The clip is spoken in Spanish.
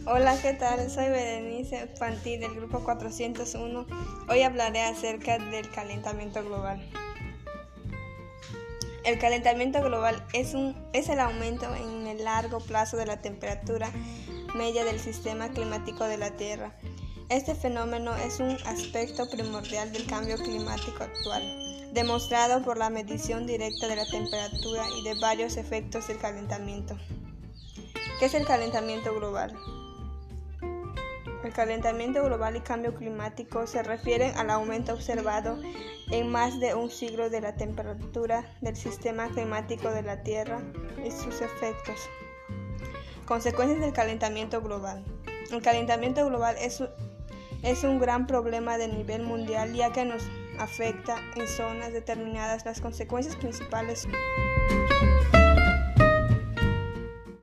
Hola, ¿qué tal? Soy Berenice Fanti del grupo 401. Hoy hablaré acerca del calentamiento global. El calentamiento global es el aumento en el largo plazo de la temperatura media del sistema climático de la Tierra. Este fenómeno es un aspecto primordial del cambio climático actual, demostrado por la medición directa de la temperatura y de varios efectos del calentamiento. ¿Qué es el calentamiento global? El calentamiento global y cambio climático se refieren al aumento observado en más de un siglo de la temperatura del sistema climático de la Tierra y sus efectos. Consecuencias del calentamiento global. El calentamiento global es un gran problema de nivel mundial, ya que nos afecta en zonas determinadas. Las consecuencias principales